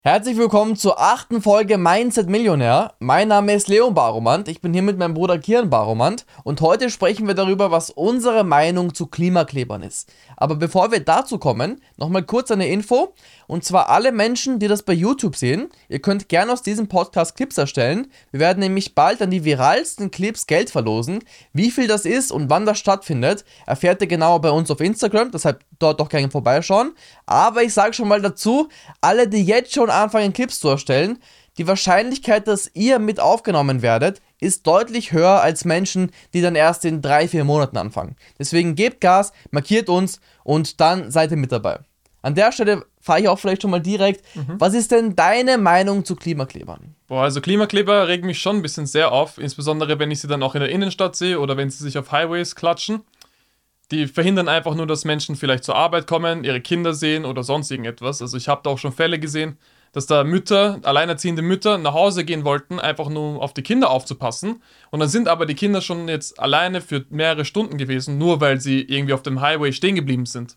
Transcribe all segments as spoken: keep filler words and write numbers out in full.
Herzlich willkommen zur achten Folge Mindset Millionär. Mein Name ist Leon Baromant, ich bin hier mit meinem Bruder Kiran Baromant und heute sprechen wir darüber, was unsere Meinung zu Klimaklebern ist. Aber bevor wir dazu kommen, nochmal kurz eine Info, und zwar alle Menschen, die das bei YouTube sehen, ihr könnt gerne aus diesem Podcast Clips erstellen. Wir werden nämlich bald an die viralsten Clips Geld verlosen. Wie viel das ist und wann das stattfindet, erfährt ihr genauer bei uns auf Instagram, deshalb dort doch gerne vorbeischauen. Aber ich sage schon mal dazu, alle, die jetzt schon anfangen Clips zu erstellen, die Wahrscheinlichkeit, dass ihr mit aufgenommen werdet, ist deutlich höher als Menschen, die dann erst in drei, vier Monaten anfangen. Deswegen gebt Gas, markiert uns und dann seid ihr mit dabei. An der Stelle frage ich auch vielleicht schon mal direkt, mhm. was ist denn deine Meinung zu Klimaklebern? Boah, also Klimakleber regen mich schon ein bisschen sehr auf, insbesondere wenn ich sie dann auch in der Innenstadt sehe oder wenn sie sich auf Highways klatschen. Die verhindern einfach nur, dass Menschen vielleicht zur Arbeit kommen, ihre Kinder sehen oder sonst irgendetwas. Also ich habe da auch schon Fälle gesehen, dass da Mütter, alleinerziehende Mütter nach Hause gehen wollten, einfach nur um auf die Kinder aufzupassen. Und dann sind aber die Kinder schon jetzt alleine für mehrere Stunden gewesen, nur weil sie irgendwie auf dem Highway stehen geblieben sind.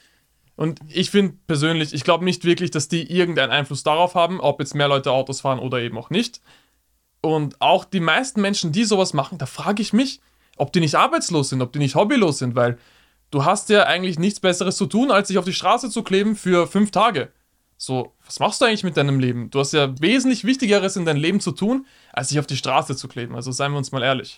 Und ich finde persönlich, ich glaube nicht wirklich, dass die irgendeinen Einfluss darauf haben, ob jetzt mehr Leute Autos fahren oder eben auch nicht. Und auch die meisten Menschen, die sowas machen, da frage ich mich, ob die nicht arbeitslos sind, ob die nicht hobbylos sind, weil du hast ja eigentlich nichts Besseres zu tun, als sich auf die Straße zu kleben für fünf Tage. So, was machst du eigentlich mit deinem Leben? Du hast ja wesentlich Wichtigeres in deinem Leben zu tun, als sich auf die Straße zu kleben. Also seien wir uns mal ehrlich.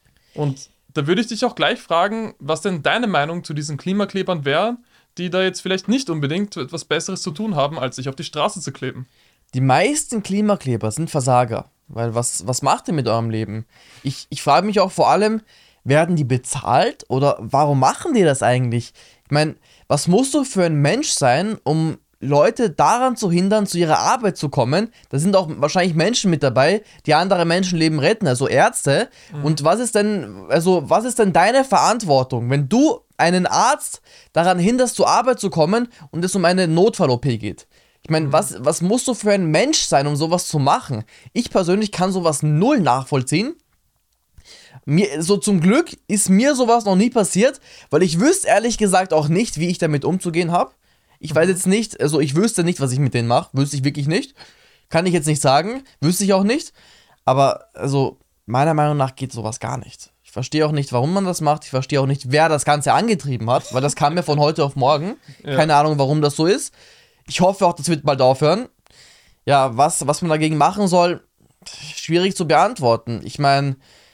Und da würde ich dich auch gleich fragen, was denn deine Meinung zu diesen Klimaklebern wäre, die da jetzt vielleicht nicht unbedingt etwas Besseres zu tun haben, als sich auf die Straße zu kleben. Die meisten Klimakleber sind Versager, weil was, was macht ihr mit eurem Leben? Ich, ich frage mich auch vor allem, werden die bezahlt oder warum machen die das eigentlich? Ich meine, was musst du für ein Mensch sein, um Leute daran zu hindern, zu ihrer Arbeit zu kommen? Da sind auch wahrscheinlich Menschen mit dabei, die andere Menschenleben retten, also Ärzte. Mhm. Und was ist denn, also was ist denn deine Verantwortung, wenn du einen Arzt daran hinderst, zur Arbeit zu kommen und es um eine Notfall-O P geht? Ich meine, mhm. was, was musst du für ein Mensch sein, um sowas zu machen? Ich persönlich kann sowas null nachvollziehen. Mir, so zum Glück ist mir sowas noch nie passiert, weil ich wüsste ehrlich gesagt auch nicht, wie ich damit umzugehen habe. Ich weiß jetzt nicht, also ich wüsste nicht, was ich mit denen mache, wüsste ich wirklich nicht. Kann ich jetzt nicht sagen, wüsste ich auch nicht. Aber also meiner Meinung nach geht sowas gar nicht. Ich verstehe auch nicht, warum man das macht. Ich verstehe auch nicht, wer das Ganze angetrieben hat, weil das kam mir von heute auf morgen. Ja. Keine Ahnung, warum das so ist. Ich hoffe auch, das wird bald aufhören. Ja, was, was man dagegen machen soll, schwierig zu beantworten. Ich meine,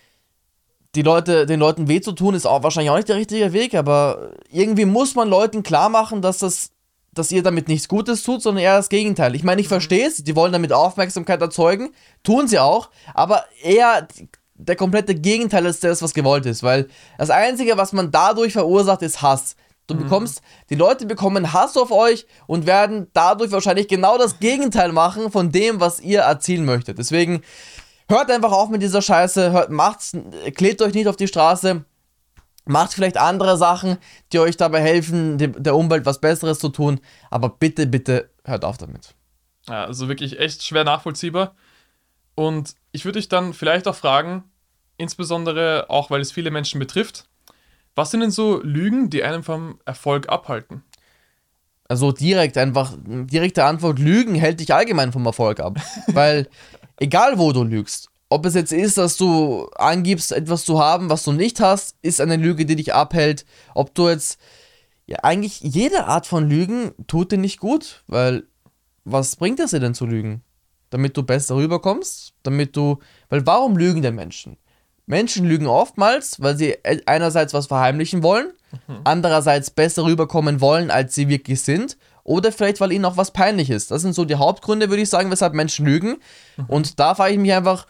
die Leute, den Leuten weh zu tun, ist auch wahrscheinlich auch nicht der richtige Weg, aber irgendwie muss man Leuten klar machen, dass das, dass ihr damit nichts Gutes tut, sondern eher das Gegenteil. Ich meine, ich verstehe es, die wollen damit Aufmerksamkeit erzeugen, tun sie auch, aber eher der komplette Gegenteil ist das, was gewollt ist, weil das Einzige, was man dadurch verursacht, ist Hass. Du bekommst, die Leute bekommen Hass auf euch und werden dadurch wahrscheinlich genau das Gegenteil machen von dem, was ihr erzielen möchtet. Deswegen hört einfach auf mit dieser Scheiße, hört, macht's, klebt euch nicht auf die Straße, macht vielleicht andere Sachen, die euch dabei helfen, dem, der Umwelt was Besseres zu tun, aber bitte, bitte hört auf damit. Ja, also wirklich echt schwer nachvollziehbar. Und ich würde dich dann vielleicht auch fragen, insbesondere auch, weil es viele Menschen betrifft, was sind denn so Lügen, die einen vom Erfolg abhalten? Also direkt einfach, direkte Antwort, Lügen hält dich allgemein vom Erfolg ab. Weil, egal wo du lügst, ob es jetzt ist, dass du angibst, etwas zu haben, was du nicht hast, ist eine Lüge, die dich abhält. Ob du jetzt, ja eigentlich jede Art von Lügen tut dir nicht gut, weil was bringt es dir denn zu lügen? Damit du besser rüberkommst? Damit du, weil warum lügen denn Menschen? Menschen lügen oftmals, weil sie einerseits was verheimlichen wollen, mhm. andererseits besser rüberkommen wollen, als sie wirklich sind, oder vielleicht, weil ihnen auch was peinlich ist. Das sind so die Hauptgründe, würde ich sagen, weshalb Menschen lügen. Mhm. Und da frage ich mich einfach,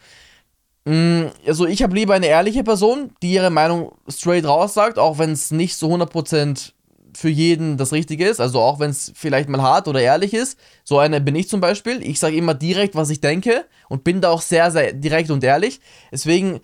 mh, also ich habe lieber eine ehrliche Person, die ihre Meinung straight raus sagt, auch wenn es nicht so hundert Prozent für jeden das Richtige ist, also auch wenn es vielleicht mal hart oder ehrlich ist. So eine bin ich zum Beispiel. Ich sage immer direkt, was ich denke und bin da auch sehr, sehr direkt und ehrlich. Deswegen,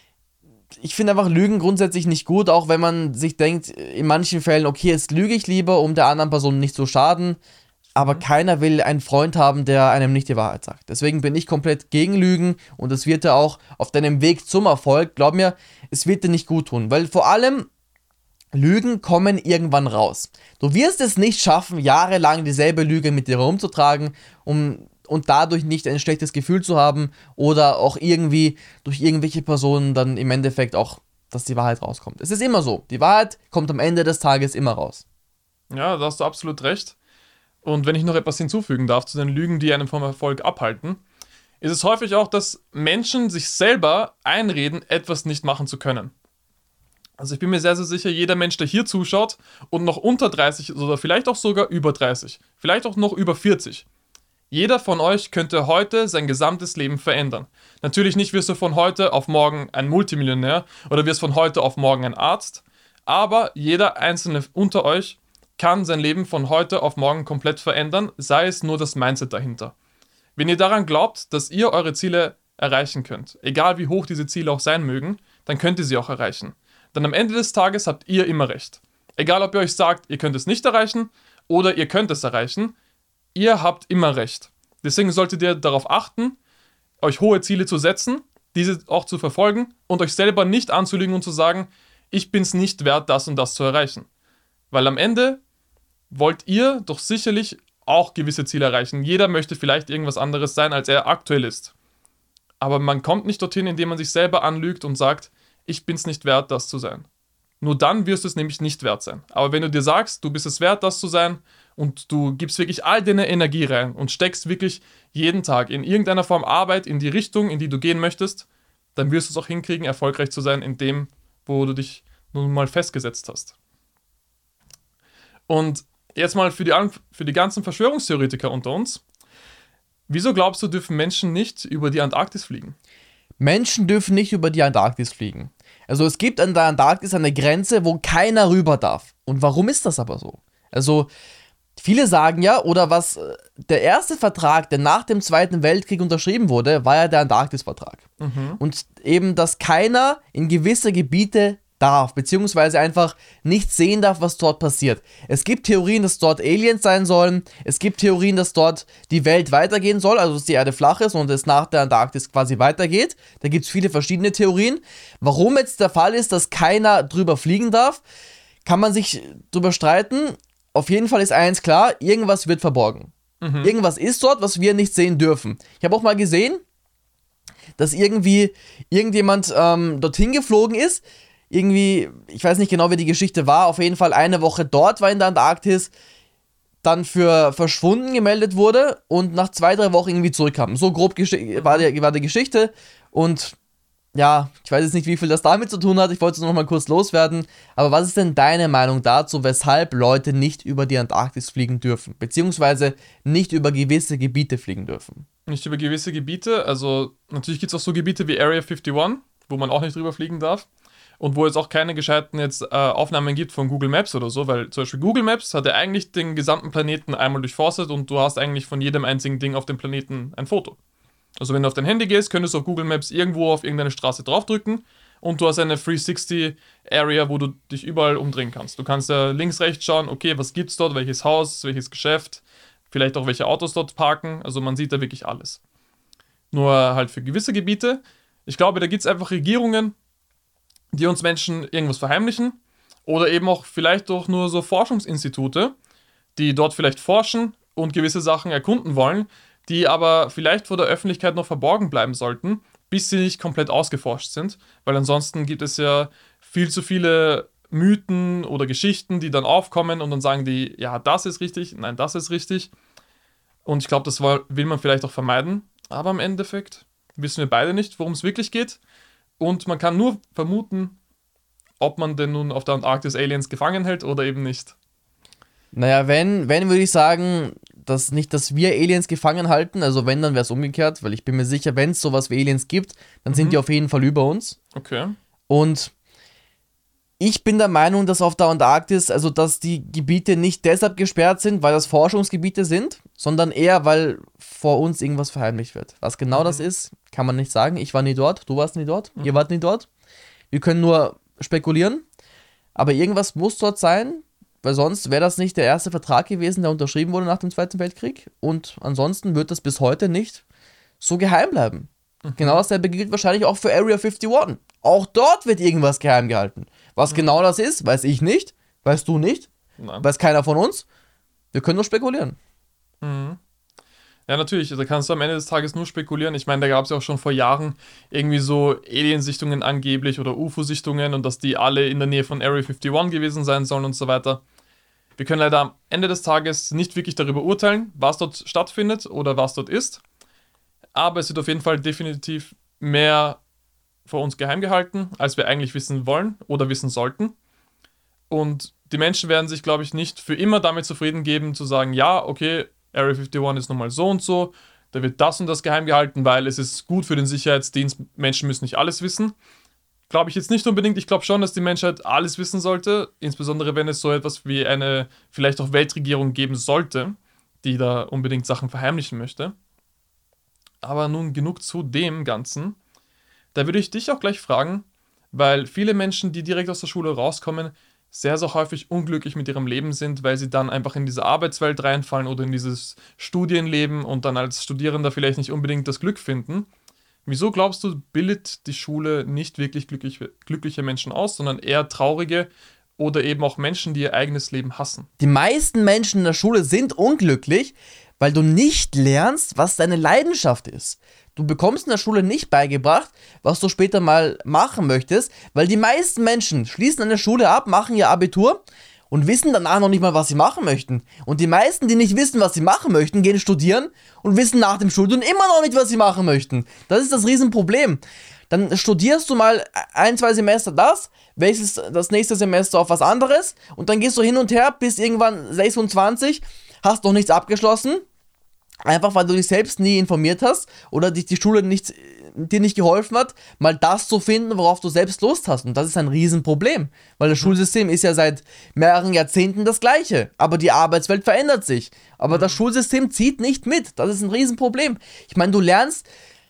ich finde einfach Lügen grundsätzlich nicht gut, auch wenn man sich denkt, in manchen Fällen, okay, jetzt lüge ich lieber, um der anderen Person nicht zu schaden, aber mhm. keiner will einen Freund haben, der einem nicht die Wahrheit sagt. Deswegen bin ich komplett gegen Lügen und es wird dir auch auf deinem Weg zum Erfolg, glaub mir, es wird dir nicht gut tun, weil vor allem Lügen kommen irgendwann raus. Du wirst es nicht schaffen, jahrelang dieselbe Lüge mit dir herumzutragen, um und dadurch nicht ein schlechtes Gefühl zu haben oder auch irgendwie durch irgendwelche Personen dann im Endeffekt auch, dass die Wahrheit rauskommt. Es ist immer so, die Wahrheit kommt am Ende des Tages immer raus. Ja, da hast du absolut recht. Und wenn ich noch etwas hinzufügen darf zu den Lügen, die einen vom Erfolg abhalten, ist es häufig auch, dass Menschen sich selber einreden, etwas nicht machen zu können. Also ich bin mir sehr, sehr sicher, jeder Mensch, der hier zuschaut und noch unter dreißig ist oder vielleicht auch sogar über dreißig, vielleicht auch noch über vierzig, jeder von euch könnte heute sein gesamtes Leben verändern. Natürlich nicht wirst du von heute auf morgen ein Multimillionär oder wirst von heute auf morgen ein Arzt, aber jeder einzelne unter euch kann sein Leben von heute auf morgen komplett verändern, sei es nur das Mindset dahinter. Wenn ihr daran glaubt, dass ihr eure Ziele erreichen könnt, egal wie hoch diese Ziele auch sein mögen, dann könnt ihr sie auch erreichen. Denn am Ende des Tages habt ihr immer recht. Egal, ob ihr euch sagt, ihr könnt es nicht erreichen oder ihr könnt es erreichen, ihr habt immer recht. Deswegen solltet ihr darauf achten, euch hohe Ziele zu setzen, diese auch zu verfolgen und euch selber nicht anzulügen und zu sagen, ich bin es nicht wert, das und das zu erreichen. Weil am Ende wollt ihr doch sicherlich auch gewisse Ziele erreichen. Jeder möchte vielleicht irgendwas anderes sein, als er aktuell ist. Aber man kommt nicht dorthin, indem man sich selber anlügt und sagt, ich bin es nicht wert, das zu sein. Nur dann wirst du es nämlich nicht wert sein. Aber wenn du dir sagst, du bist es wert, das zu sein und du gibst wirklich all deine Energie rein und steckst wirklich jeden Tag in irgendeiner Form Arbeit in die Richtung, in die du gehen möchtest, dann wirst du es auch hinkriegen, erfolgreich zu sein in dem, wo du dich nun mal festgesetzt hast. Und jetzt mal für die, für die ganzen Verschwörungstheoretiker unter uns. Wieso glaubst du, dürfen Menschen nicht über die Antarktis fliegen? Menschen dürfen nicht über die Antarktis fliegen. Also es gibt an der Antarktis eine Grenze, wo keiner rüber darf. Und warum ist das aber so? Also viele sagen ja, oder was, der erste Vertrag, der nach dem Zweiten Weltkrieg unterschrieben wurde, war ja der Antarktis-Vertrag. Mhm. Und eben, dass keiner in gewisse Gebiete darf, beziehungsweise einfach nicht sehen darf, was dort passiert. Es gibt Theorien, dass dort Aliens sein sollen. Es gibt Theorien, dass dort die Welt weitergehen soll, also dass die Erde flach ist und es nach der Antarktis quasi weitergeht. Da gibt es viele verschiedene Theorien. Warum jetzt der Fall ist, dass keiner drüber fliegen darf, kann man sich drüber streiten. Auf jeden Fall ist eins klar, irgendwas wird verborgen. Mhm. Irgendwas ist dort, was wir nicht sehen dürfen. Ich habe auch mal gesehen, dass irgendwie irgendjemand ähm, dorthin geflogen ist, irgendwie, ich weiß nicht genau, wie die Geschichte war, auf jeden Fall eine Woche dort war in der Antarktis, dann für verschwunden gemeldet wurde und nach zwei, drei Wochen irgendwie zurückkam. So grob gesch- war, die, war die Geschichte und ja, ich weiß jetzt nicht, wie viel das damit zu tun hat, ich wollte es noch mal kurz loswerden, aber was ist denn deine Meinung dazu, weshalb Leute nicht über die Antarktis fliegen dürfen, beziehungsweise nicht über gewisse Gebiete fliegen dürfen? Nicht über gewisse Gebiete, also natürlich gibt es auch so Gebiete wie Area einundfünfzig, wo man auch nicht drüber fliegen darf. Und wo es auch keine gescheiten jetzt äh, Aufnahmen gibt von Google Maps oder so, weil zum Beispiel Google Maps hat ja eigentlich den gesamten Planeten einmal durchforstet und du hast eigentlich von jedem einzigen Ding auf dem Planeten ein Foto. Also wenn du auf dein Handy gehst, könntest du auf Google Maps irgendwo auf irgendeine Straße draufdrücken und du hast eine dreihundertsechzig Area, wo du dich überall umdrehen kannst. Du kannst ja links, rechts schauen, okay, was gibt's dort, welches Haus, welches Geschäft, vielleicht auch welche Autos dort parken, also man sieht da wirklich alles. Nur halt für gewisse Gebiete, ich glaube, da gibt es einfach Regierungen, die uns Menschen irgendwas verheimlichen oder eben auch vielleicht auch nur so Forschungsinstitute, die dort vielleicht forschen und gewisse Sachen erkunden wollen, die aber vielleicht vor der Öffentlichkeit noch verborgen bleiben sollten, bis sie nicht komplett ausgeforscht sind, weil ansonsten gibt es ja viel zu viele Mythen oder Geschichten, die dann aufkommen und dann sagen die, ja, das ist richtig, nein, das ist richtig. Und ich glaube, das will man vielleicht auch vermeiden, aber im Endeffekt wissen wir beide nicht, worum es wirklich geht. Und man kann nur vermuten, ob man denn nun auf der Antarktis Aliens gefangen hält oder eben nicht. Naja, wenn, wenn würde ich sagen, dass nicht, dass wir Aliens gefangen halten, also wenn, dann wäre es umgekehrt, weil ich bin mir sicher, wenn es sowas wie Aliens gibt, dann mhm. sind die auf jeden Fall über uns. Okay. Und ich bin der Meinung, dass auf der Antarktis, also dass die Gebiete nicht deshalb gesperrt sind, weil das Forschungsgebiete sind, sondern eher, weil vor uns irgendwas verheimlicht wird. Was genau mhm. das ist, kann man nicht sagen. Ich war nie dort, du warst nie dort, mhm. ihr wart nie dort. Wir können nur spekulieren, aber irgendwas muss dort sein, weil sonst wäre das nicht der erste Vertrag gewesen, der unterschrieben wurde nach dem Zweiten Weltkrieg und ansonsten wird das bis heute nicht so geheim bleiben. Mhm. Genau dasselbe gilt wahrscheinlich auch für Area einundfünfzig. Auch dort wird irgendwas geheim gehalten. Was mhm. genau das ist, weiß ich nicht, weißt du nicht, Nein. weiß keiner von uns. Wir können nur spekulieren. Mhm. Ja, natürlich, da kannst du am Ende des Tages nur spekulieren. Ich meine, da gab es ja auch schon vor Jahren irgendwie so Aliensichtungen angeblich oder U F O-Sichtungen und dass die alle in der Nähe von Area einundfünfzig gewesen sein sollen und so weiter. Wir können leider am Ende des Tages nicht wirklich darüber urteilen, was dort stattfindet oder was dort ist. Aber es wird auf jeden Fall definitiv mehr vor uns geheim gehalten, als wir eigentlich wissen wollen oder wissen sollten. Und die Menschen werden sich, glaube ich, nicht für immer damit zufrieden geben, zu sagen, ja, okay, Area einundfünfzig ist nun mal so und so, da wird das und das geheim gehalten, weil es ist gut für den Sicherheitsdienst, Menschen müssen nicht alles wissen. Glaube ich jetzt nicht unbedingt. Ich glaube schon, dass die Menschheit alles wissen sollte, insbesondere wenn es so etwas wie eine vielleicht auch Weltregierung geben sollte, die da unbedingt Sachen verheimlichen möchte. Aber nun genug zu dem Ganzen. Da würde ich dich auch gleich fragen, weil viele Menschen, die direkt aus der Schule rauskommen, sehr, sehr häufig unglücklich mit ihrem Leben sind, weil sie dann einfach in diese Arbeitswelt reinfallen oder in dieses Studienleben und dann als Studierender vielleicht nicht unbedingt das Glück finden. Wieso glaubst du, bildet die Schule nicht wirklich glücklich, glückliche Menschen aus, sondern eher traurige oder eben auch Menschen, die ihr eigenes Leben hassen? Die meisten Menschen in der Schule sind unglücklich, weil du nicht lernst, was deine Leidenschaft ist. Du bekommst in der Schule nicht beigebracht, was du später mal machen möchtest, weil die meisten Menschen schließen eine Schule ab, machen ihr Abitur und wissen danach noch nicht mal, was sie machen möchten. Und die meisten, die nicht wissen, was sie machen möchten, gehen studieren und wissen nach dem Studium immer noch nicht, was sie machen möchten. Das ist das Riesenproblem. Dann studierst du mal ein, zwei Semester das, wechselst das nächste Semester auf was anderes und dann gehst du hin und her bis irgendwann sechsundzwanzig, hast noch nichts abgeschlossen, einfach weil du dich selbst nie informiert hast oder dich die Schule nicht, dir nicht geholfen hat, mal das zu finden, worauf du selbst Lust hast. Und das ist ein Riesenproblem, weil das Schulsystem ist ja seit mehreren Jahrzehnten das gleiche, aber die Arbeitswelt verändert sich. Aber das Schulsystem zieht nicht mit, das ist ein Riesenproblem. Ich meine, du lernst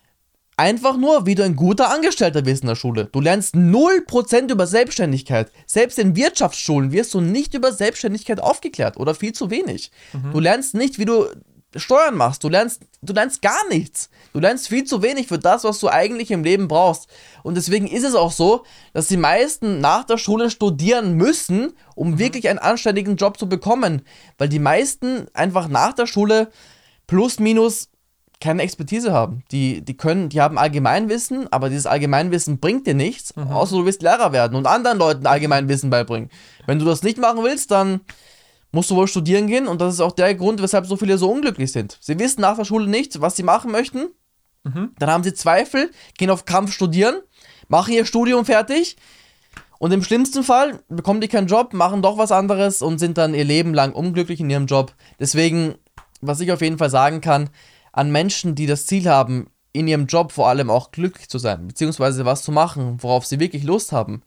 einfach nur, wie du ein guter Angestellter wirst in der Schule. Du lernst null Prozent über Selbstständigkeit. Selbst in Wirtschaftsschulen wirst du nicht über Selbstständigkeit aufgeklärt oder viel zu wenig. Mhm. Du lernst nicht, wie du Steuern machst, du lernst, du lernst gar nichts. Du lernst viel zu wenig für das, was du eigentlich im Leben brauchst. Und deswegen ist es auch so, dass die meisten nach der Schule studieren müssen, um mhm. wirklich einen anständigen Job zu bekommen. Weil die meisten einfach nach der Schule plus minus keine Expertise haben. Die, die können, die haben Allgemeinwissen, aber dieses Allgemeinwissen bringt dir nichts, mhm. außer du willst Lehrer werden und anderen Leuten Allgemeinwissen beibringen. Wenn du das nicht machen willst, dann musst du wohl studieren gehen und das ist auch der Grund, weshalb so viele so unglücklich sind. Sie wissen nach der Schule nicht, was sie machen möchten, mhm. dann haben sie Zweifel, gehen auf Krampf studieren, machen ihr Studium fertig und im schlimmsten Fall bekommen die keinen Job, machen doch was anderes und sind dann ihr Leben lang unglücklich in ihrem Job. Deswegen, was ich auf jeden Fall sagen kann, an Menschen, die das Ziel haben, in ihrem Job vor allem auch glücklich zu sein, beziehungsweise was zu machen, worauf sie wirklich Lust haben,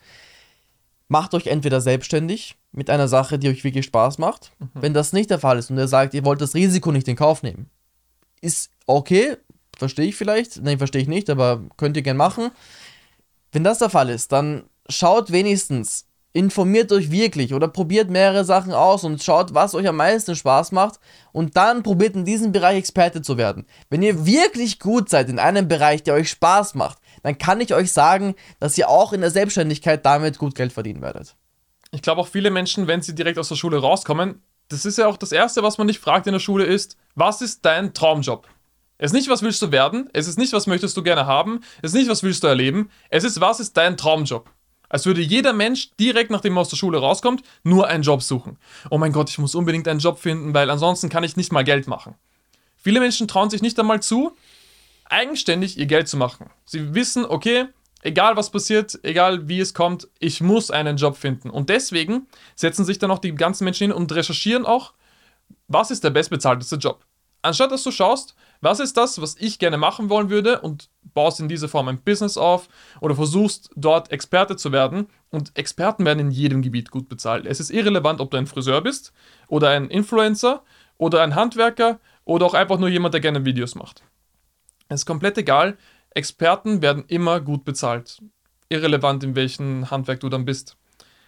macht euch entweder selbstständig mit einer Sache, die euch wirklich Spaß macht. Mhm. Wenn das nicht der Fall ist und ihr sagt, ihr wollt das Risiko nicht in Kauf nehmen, ist okay, verstehe ich vielleicht, nein, verstehe ich nicht, aber könnt ihr gern machen. Wenn das der Fall ist, dann schaut wenigstens, informiert euch wirklich oder probiert mehrere Sachen aus und schaut, was euch am meisten Spaß macht und dann probiert in diesem Bereich Experte zu werden. Wenn ihr wirklich gut seid in einem Bereich, der euch Spaß macht, dann kann ich euch sagen, dass ihr auch in der Selbstständigkeit damit gut Geld verdienen werdet. Ich glaube auch viele Menschen, wenn sie direkt aus der Schule rauskommen, das ist ja auch das Erste, was man dich fragt in der Schule ist, was ist dein Traumjob? Es ist nicht, was willst du werden, es ist nicht, was möchtest du gerne haben, es ist nicht, was willst du erleben, es ist, was ist dein Traumjob? Als würde jeder Mensch direkt, nachdem er aus der Schule rauskommt, nur einen Job suchen. Oh mein Gott, ich muss unbedingt einen Job finden, weil ansonsten kann ich nicht mal Geld machen. Viele Menschen trauen sich nicht einmal zu, eigenständig ihr Geld zu machen. Sie wissen, okay, egal was passiert, egal wie es kommt, ich muss einen Job finden. Und deswegen setzen sich dann auch die ganzen Menschen hin und recherchieren auch, was ist der bestbezahlteste Job. Anstatt dass du schaust, was ist das, was ich gerne machen wollen würde und baust in dieser Form ein Business auf oder versuchst dort Experte zu werden. Und Experten werden in jedem Gebiet gut bezahlt. Es ist irrelevant, ob du ein Friseur bist oder ein Influencer oder ein Handwerker oder auch einfach nur jemand, der gerne Videos macht. Es ist komplett egal. Experten werden immer gut bezahlt. Irrelevant, in welchem Handwerk du dann bist.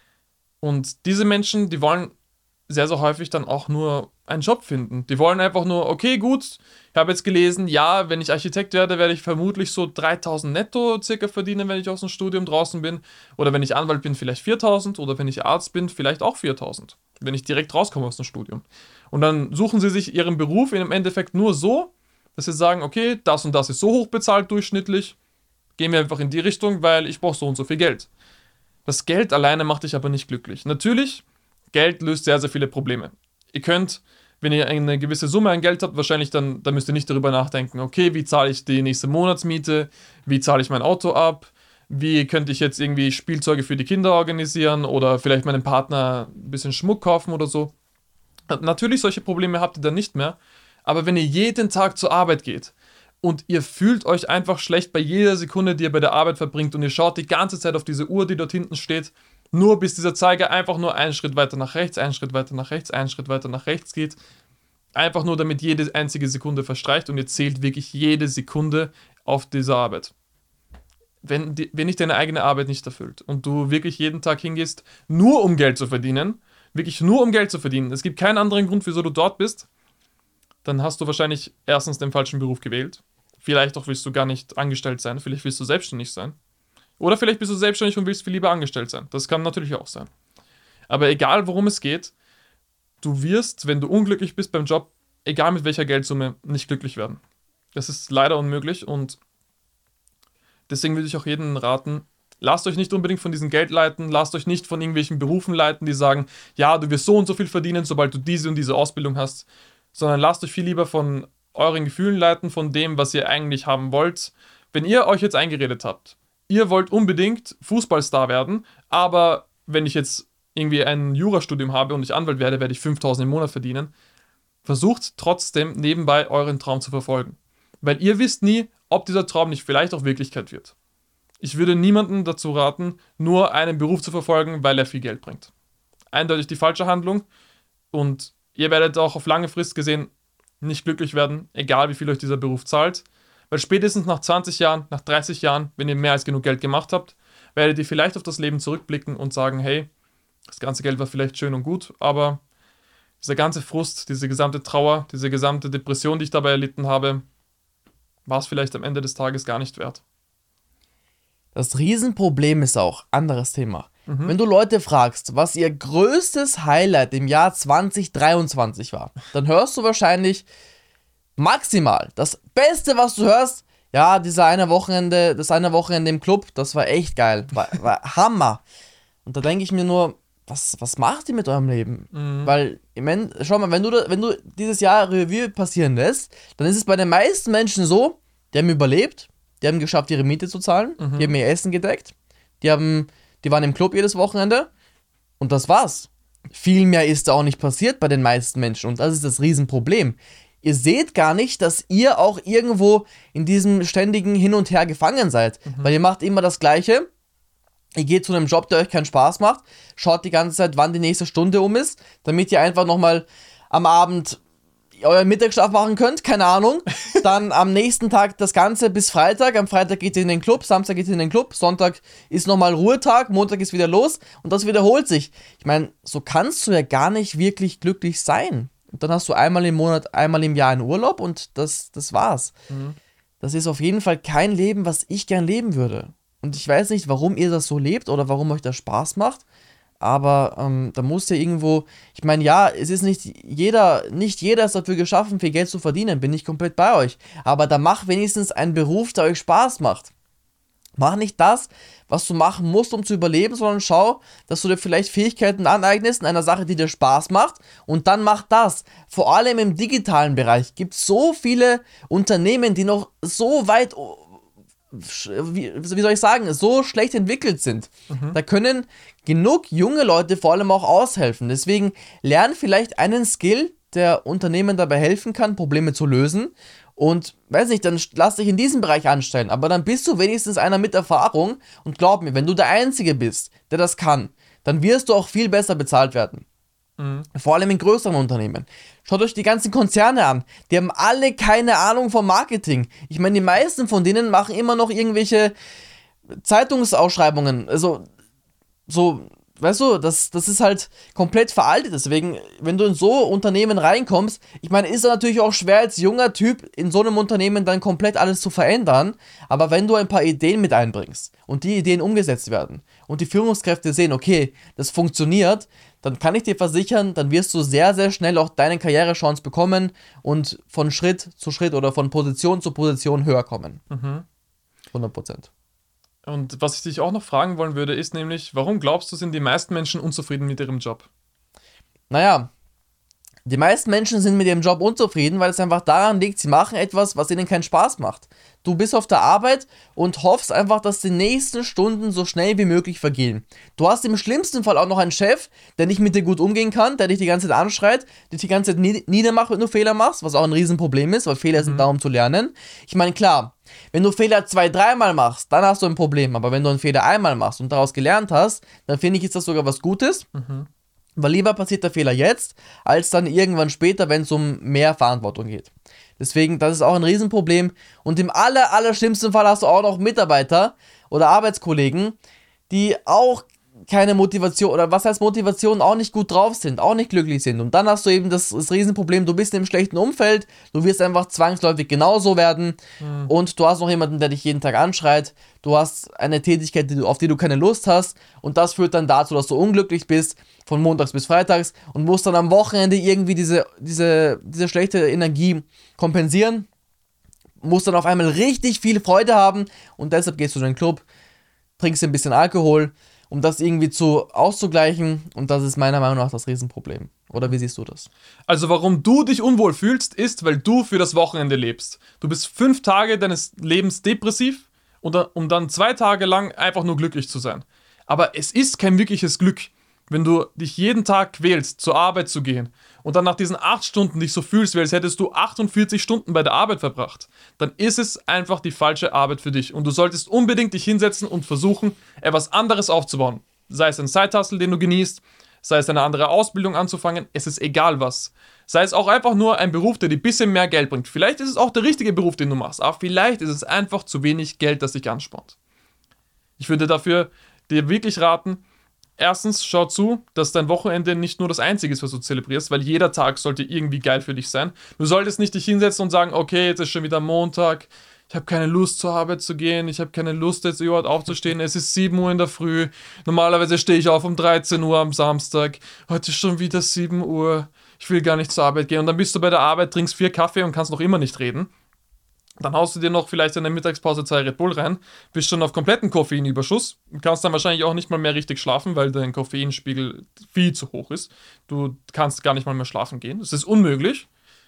Und diese Menschen, die wollen sehr, sehr häufig dann auch nur einen Job finden. Die wollen einfach nur, okay, gut, ich habe jetzt gelesen, ja, wenn ich Architekt werde, werde ich vermutlich so dreitausend netto circa verdienen, wenn ich aus dem Studium draußen bin. Oder wenn ich Anwalt bin, vielleicht viertausend. Oder wenn ich Arzt bin, vielleicht auch viertausend. Wenn ich direkt rauskomme aus dem Studium. Und dann suchen sie sich ihren Beruf im Endeffekt nur so, dass sie sagen, okay, das und das ist so hoch bezahlt durchschnittlich, gehen wir einfach in die Richtung, weil ich brauche so und so viel Geld. Das Geld alleine macht dich aber nicht glücklich. Natürlich, Geld löst sehr, sehr viele Probleme. Ihr könnt, wenn ihr eine gewisse Summe an Geld habt, wahrscheinlich dann, dann müsst ihr nicht darüber nachdenken, okay, wie zahle ich die nächste Monatsmiete, wie zahle ich mein Auto ab, wie könnte ich jetzt irgendwie Spielzeuge für die Kinder organisieren oder vielleicht meinem Partner ein bisschen Schmuck kaufen oder so. Natürlich, solche Probleme habt ihr dann nicht mehr, aber wenn ihr jeden Tag zur Arbeit geht und ihr fühlt euch einfach schlecht bei jeder Sekunde, die ihr bei der Arbeit verbringt und ihr schaut die ganze Zeit auf diese Uhr, die dort hinten steht, nur bis dieser Zeiger einfach nur einen Schritt weiter nach rechts, einen Schritt weiter nach rechts, einen Schritt weiter nach rechts geht, einfach nur damit jede einzige Sekunde verstreicht und ihr zählt wirklich jede Sekunde auf dieser Arbeit. Wenn, die, wenn dich deine eigene Arbeit nicht erfüllt und du wirklich jeden Tag hingehst, nur um Geld zu verdienen, wirklich nur um Geld zu verdienen, es gibt keinen anderen Grund, wieso du dort bist, dann hast du wahrscheinlich erstens den falschen Beruf gewählt. Vielleicht auch willst du gar nicht angestellt sein, vielleicht willst du selbstständig sein. Oder vielleicht bist du selbstständig und willst viel lieber angestellt sein. Das kann natürlich auch sein. Aber egal, worum es geht, du wirst, wenn du unglücklich bist beim Job, egal mit welcher Geldsumme, nicht glücklich werden. Das ist leider unmöglich und deswegen würde ich auch jedem raten, lasst euch nicht unbedingt von diesem Geld leiten, lasst euch nicht von irgendwelchen Berufen leiten, die sagen, ja, du wirst so und so viel verdienen, sobald du diese und diese Ausbildung hast, sondern lasst euch viel lieber von euren Gefühlen leiten, von dem, was ihr eigentlich haben wollt. Wenn ihr euch jetzt eingeredet habt, ihr wollt unbedingt Fußballstar werden, aber wenn ich jetzt irgendwie ein Jurastudium habe und ich Anwalt werde, werde ich fünftausend im Monat verdienen, versucht trotzdem nebenbei euren Traum zu verfolgen. Weil ihr wisst nie, ob dieser Traum nicht vielleicht auch Wirklichkeit wird. Ich würde niemandem dazu raten, nur einen Beruf zu verfolgen, weil er viel Geld bringt. Eindeutig die falsche Handlung und ihr werdet auch auf lange Frist gesehen nicht glücklich werden, egal wie viel euch dieser Beruf zahlt. Weil spätestens nach zwanzig Jahren, nach dreißig Jahren, wenn ihr mehr als genug Geld gemacht habt, werdet ihr vielleicht auf das Leben zurückblicken und sagen, hey, das ganze Geld war vielleicht schön und gut, aber dieser ganze Frust, diese gesamte Trauer, diese gesamte Depression, die ich dabei erlitten habe, war es vielleicht am Ende des Tages gar nicht wert. Das Riesenproblem ist auch, anderes Thema. Mhm. Wenn du Leute fragst, was ihr größtes Highlight im Jahr zwanzig dreiundzwanzig war, dann hörst du wahrscheinlich maximal das Beste, was du hörst, ja, dieser eine Wochenende, das eine Wochenende im Club, das war echt geil, war, war Hammer. Und da denke ich mir nur, was, was macht ihr mit eurem Leben? Mhm. Weil, ich mein, schau mal, wenn du, wenn du dieses Jahr Revue passieren lässt, dann ist es bei den meisten Menschen so, die haben überlebt, die haben geschafft, ihre Miete zu zahlen, Mhm. die haben ihr Essen gedeckt, die haben, die waren im Club jedes Wochenende und das war's. Viel mehr ist da auch nicht passiert bei den meisten Menschen und das ist das Riesenproblem. Ihr seht gar nicht, dass ihr auch irgendwo in diesem ständigen Hin und Her gefangen seid, Mhm. weil ihr macht immer das Gleiche. Ihr geht zu einem Job, der euch keinen Spaß macht, schaut die ganze Zeit, wann die nächste Stunde um ist, damit ihr einfach nochmal am Abend euren Mittagsschlaf machen könnt, keine Ahnung. Dann am nächsten Tag das Ganze bis Freitag. Am Freitag geht ihr in den Club, Samstag geht ihr in den Club, Sonntag ist nochmal Ruhetag, Montag ist wieder los und das wiederholt sich. Ich meine, so kannst du ja gar nicht wirklich glücklich sein. Und dann hast du einmal im Monat, einmal im Jahr einen Urlaub und das, das war's. Mhm. Das ist auf jeden Fall kein Leben, was ich gern leben würde. Und ich weiß nicht, warum ihr das so lebt oder warum euch das Spaß macht. Aber ähm, da muss ja irgendwo, ich meine, ja, es ist nicht jeder, nicht jeder ist dafür geschaffen, viel Geld zu verdienen, bin ich komplett bei euch. Aber da mach wenigstens einen Beruf, der euch Spaß macht. Mach nicht das, was du machen musst, um zu überleben, sondern schau, dass du dir vielleicht Fähigkeiten aneignest in einer Sache, die dir Spaß macht und dann mach das. Vor allem im digitalen Bereich gibt es so viele Unternehmen, die noch so weit, wie, wie soll ich sagen, so schlecht entwickelt sind. Mhm. Da können genug junge Leute vor allem auch aushelfen. Deswegen lern vielleicht einen Skill, der Unternehmen dabei helfen kann, Probleme zu lösen. Und, weiß nicht, dann lass dich in diesem Bereich anstellen. Aber dann bist du wenigstens einer mit Erfahrung. Und glaub mir, wenn du der Einzige bist, der das kann, dann wirst du auch viel besser bezahlt werden. Mhm. Vor allem in größeren Unternehmen. Schaut euch die ganzen Konzerne an. Die haben alle keine Ahnung vom Marketing. Ich meine, die meisten von denen machen immer noch irgendwelche Zeitungsausschreibungen. Also, so, weißt du, das, das ist halt komplett veraltet. Deswegen, wenn du in so Unternehmen reinkommst, ich meine, ist es natürlich auch schwer als junger Typ in so einem Unternehmen dann komplett alles zu verändern. Aber wenn du ein paar Ideen mit einbringst und die Ideen umgesetzt werden und die Führungskräfte sehen, okay, das funktioniert, dann kann ich dir versichern, dann wirst du sehr, sehr schnell auch deine Karrierechance bekommen und von Schritt zu Schritt oder von Position zu Position höher kommen. Mhm. hundert Prozent. Und was ich dich auch noch fragen wollen würde, ist nämlich, warum glaubst du, sind die meisten Menschen unzufrieden mit ihrem Job? Naja, die meisten Menschen sind mit ihrem Job unzufrieden, weil es einfach daran liegt, sie machen etwas, was ihnen keinen Spaß macht. Du bist auf der Arbeit und hoffst einfach, dass die nächsten Stunden so schnell wie möglich vergehen. Du hast im schlimmsten Fall auch noch einen Chef, der nicht mit dir gut umgehen kann, der dich die ganze Zeit anschreit, dich die ganze Zeit nied- niedermacht, wenn du Fehler machst, was auch ein Riesenproblem ist, weil Fehler sind da, um zu lernen. Ich meine, klar, wenn du Fehler zwei, dreimal machst, dann hast du ein Problem. Aber wenn du einen Fehler einmal machst und daraus gelernt hast, dann finde ich, ist das sogar was Gutes. Mhm. Weil lieber passiert der Fehler jetzt, als dann irgendwann später, wenn es um mehr Verantwortung geht. Deswegen, das ist auch ein Riesenproblem. Und im aller, aller schlimmsten Fall hast du auch noch Mitarbeiter oder Arbeitskollegen, die auch keine Motivation, oder was heißt Motivation, auch nicht gut drauf sind, auch nicht glücklich sind. Und dann hast du eben das, das Riesenproblem, du bist in einem schlechten Umfeld, du wirst einfach zwangsläufig genauso werden Mhm. und du hast noch jemanden, der dich jeden Tag anschreit, du hast eine Tätigkeit, die du, auf die du keine Lust hast und das führt dann dazu, dass du unglücklich bist, von montags bis freitags und musst dann am Wochenende irgendwie diese, diese, diese schlechte Energie kompensieren, musst dann auf einmal richtig viel Freude haben und deshalb gehst du in den Club, trinkst ein bisschen Alkohol, um das irgendwie zu auszugleichen und das ist meiner Meinung nach das Riesenproblem. Oder wie siehst du das? Also warum du dich unwohl fühlst, ist, weil du für das Wochenende lebst. Du bist fünf Tage deines Lebens depressiv, und da- um dann zwei Tage lang einfach nur glücklich zu sein. Aber es ist kein wirkliches Glück, wenn du dich jeden Tag quälst, zur Arbeit zu gehen und dann nach diesen acht Stunden dich so fühlst, wie als hättest du achtundvierzig Stunden bei der Arbeit verbracht. Dann ist es einfach die falsche Arbeit für dich und du solltest unbedingt dich hinsetzen und versuchen, etwas anderes aufzubauen. Sei es ein Side-Hustle, den du genießt, sei es eine andere Ausbildung anzufangen, es ist egal was. Sei es auch einfach nur ein Beruf, der dir ein bisschen mehr Geld bringt. Vielleicht ist es auch der richtige Beruf, den du machst, aber vielleicht ist es einfach zu wenig Geld, das dich anspornt. Ich würde dafür dir wirklich raten, erstens, schau zu, dass dein Wochenende nicht nur das Einzige ist, was du zelebrierst, weil jeder Tag sollte irgendwie geil für dich sein. Du solltest nicht dich hinsetzen und sagen, okay, jetzt ist schon wieder Montag, ich habe keine Lust zur Arbeit zu gehen, ich habe keine Lust jetzt überhaupt aufzustehen, es ist sieben Uhr in der Früh, normalerweise stehe ich auf um dreizehn Uhr am Samstag, heute ist schon wieder sieben Uhr, ich will gar nicht zur Arbeit gehen und dann bist du bei der Arbeit, trinkst vier Kaffee und kannst noch immer nicht reden. Dann haust du dir noch vielleicht in der Mittagspause zwei Red Bull rein, bist schon auf kompletten Koffeinüberschuss, kannst dann wahrscheinlich auch nicht mal mehr richtig schlafen, weil dein Koffeinspiegel viel zu hoch ist. Du kannst gar nicht mal mehr schlafen gehen. Das ist unmöglich.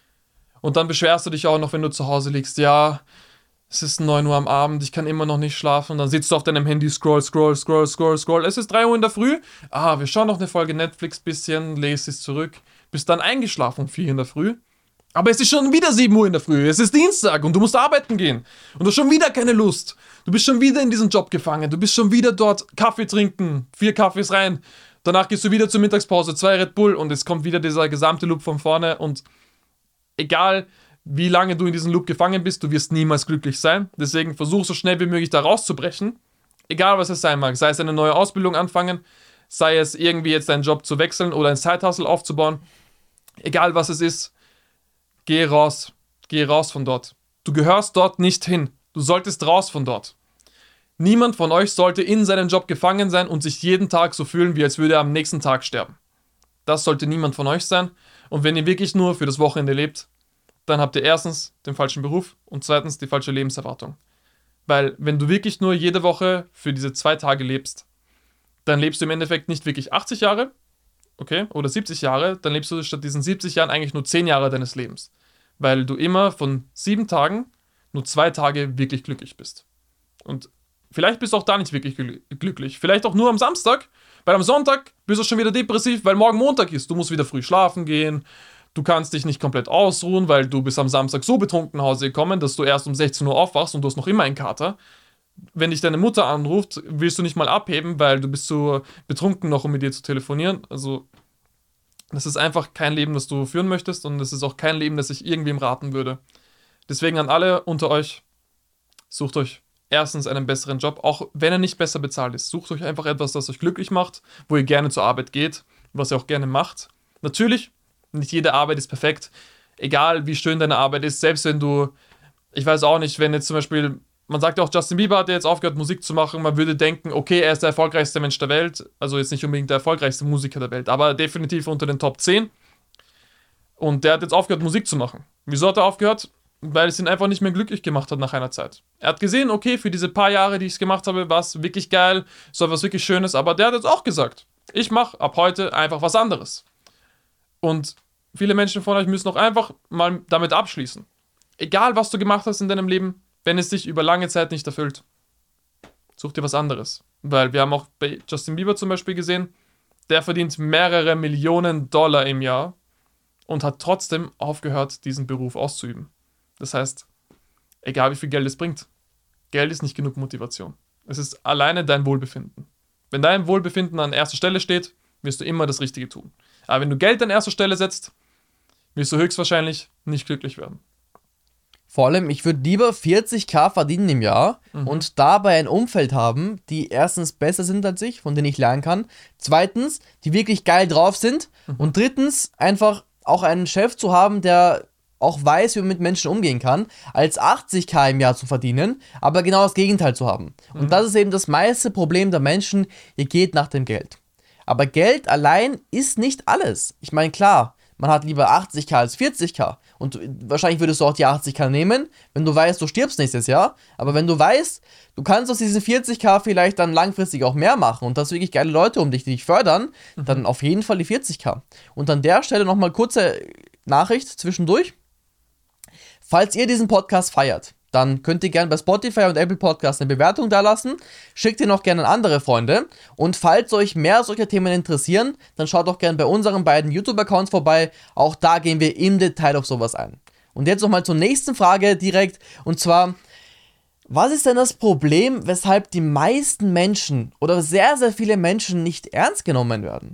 Und dann beschwerst du dich auch noch, wenn du zu Hause liegst, ja, es ist neun Uhr am Abend, ich kann immer noch nicht schlafen. Und dann sitzt du auf deinem Handy, scroll, scroll, scroll, scroll, scroll. Es ist drei Uhr in der Früh. Ah, wir schauen noch eine Folge Netflix bisschen, lest es zurück. Bist dann eingeschlafen um vier in der Früh. Aber es ist schon wieder sieben Uhr in der Früh, es ist Dienstag und du musst arbeiten gehen. Und du hast schon wieder keine Lust. Du bist schon wieder in diesem Job gefangen. Du bist schon wieder dort Kaffee trinken, vier Kaffees rein. Danach gehst du wieder zur Mittagspause, zwei Red Bull und es kommt wieder dieser gesamte Loop von vorne. Und egal wie lange du in diesem Loop gefangen bist, du wirst niemals glücklich sein. Deswegen versuch so schnell wie möglich da rauszubrechen. Egal was es sein mag. Sei es eine neue Ausbildung anfangen, sei es irgendwie jetzt deinen Job zu wechseln oder ein Side-Hustle aufzubauen. Egal was es ist. Geh raus, geh raus von dort. Du gehörst dort nicht hin. Du solltest raus von dort. Niemand von euch sollte in seinem Job gefangen sein und sich jeden Tag so fühlen, wie als würde er am nächsten Tag sterben. Das sollte niemand von euch sein. Und wenn ihr wirklich nur für das Wochenende lebt, dann habt ihr erstens den falschen Beruf und zweitens die falsche Lebenserwartung. Weil wenn du wirklich nur jede Woche für diese zwei Tage lebst, dann lebst du im Endeffekt nicht wirklich achtzig Jahre, okay, oder siebzig Jahre, dann lebst du statt diesen siebzig Jahren eigentlich nur zehn Jahre deines Lebens. Weil du immer von sieben Tagen nur zwei Tage wirklich glücklich bist. Und vielleicht bist du auch da nicht wirklich gl- glücklich. Vielleicht auch nur am Samstag, weil am Sonntag bist du schon wieder depressiv, weil morgen Montag ist. Du musst wieder früh schlafen gehen, du kannst dich nicht komplett ausruhen, weil du bist am Samstag so betrunken nach Hause gekommen, dass du erst um sechzehn Uhr aufwachst und du hast noch immer einen Kater. Wenn dich deine Mutter anruft, willst du nicht mal abheben, weil du bist so betrunken noch, um mit dir zu telefonieren. Also das ist einfach kein Leben, das du führen möchtest und es ist auch kein Leben, das ich irgendwem raten würde. Deswegen an alle unter euch, sucht euch erstens einen besseren Job, auch wenn er nicht besser bezahlt ist. Sucht euch einfach etwas, das euch glücklich macht, wo ihr gerne zur Arbeit geht, was ihr auch gerne macht. Natürlich, nicht jede Arbeit ist perfekt, egal wie schön deine Arbeit ist, selbst wenn du, ich weiß auch nicht, wenn jetzt zum Beispiel man sagt ja auch, Justin Bieber hat ja jetzt aufgehört, Musik zu machen. Man würde denken, okay, er ist der erfolgreichste Mensch der Welt. Also jetzt nicht unbedingt der erfolgreichste Musiker der Welt, aber definitiv unter den Top zehn. Und der hat jetzt aufgehört, Musik zu machen. Wieso hat er aufgehört? Weil es ihn einfach nicht mehr glücklich gemacht hat nach einer Zeit. Er hat gesehen, okay, für diese paar Jahre, die ich es gemacht habe, war es wirklich geil, es war was wirklich Schönes, aber der hat jetzt auch gesagt, ich mache ab heute einfach was anderes. Und viele Menschen von euch müssen auch einfach mal damit abschließen. Egal, was du gemacht hast in deinem Leben, wenn es dich über lange Zeit nicht erfüllt, such dir was anderes. Weil wir haben auch bei Justin Bieber zum Beispiel gesehen, der verdient mehrere Millionen Dollar im Jahr und hat trotzdem aufgehört, diesen Beruf auszuüben. Das heißt, egal wie viel Geld es bringt, Geld ist nicht genug Motivation. Es ist alleine dein Wohlbefinden. Wenn dein Wohlbefinden an erster Stelle steht, wirst du immer das Richtige tun. Aber wenn du Geld an erster Stelle setzt, wirst du höchstwahrscheinlich nicht glücklich werden. Vor allem, ich würde lieber vierzigtausend verdienen im Jahr mhm. und dabei ein Umfeld haben, die erstens besser sind als ich, von denen ich lernen kann. Zweitens, die wirklich geil drauf sind. Mhm. Und drittens, einfach auch einen Chef zu haben, der auch weiß, wie man mit Menschen umgehen kann, als achtzigtausend im Jahr zu verdienen, aber genau das Gegenteil zu haben. Mhm. Und das ist eben das meiste Problem der Menschen, ihr geht nach dem Geld. Aber Geld allein ist nicht alles. Ich meine, klar, man hat lieber achtzigtausend als vierzigtausend. Und wahrscheinlich würdest du auch die achtzigtausend nehmen, wenn du weißt, du stirbst nächstes Jahr. Aber wenn du weißt, du kannst aus diesen vierzigtausend vielleicht dann langfristig auch mehr machen und hast wirklich geile Leute um dich, die dich fördern, mhm. dann auf jeden Fall die vierzigtausend. Und an der Stelle nochmal kurze Nachricht zwischendurch. Falls ihr diesen Podcast feiert, dann könnt ihr gerne bei Spotify und Apple Podcasts eine Bewertung da lassen. Schickt ihr noch gerne an andere Freunde. Und falls euch mehr solcher Themen interessieren, dann schaut doch gerne bei unseren beiden YouTube-Accounts vorbei. Auch da gehen wir im Detail auf sowas ein. Und jetzt nochmal zur nächsten Frage direkt. Und zwar, was ist denn das Problem, weshalb die meisten Menschen oder sehr, sehr viele Menschen nicht ernst genommen werden?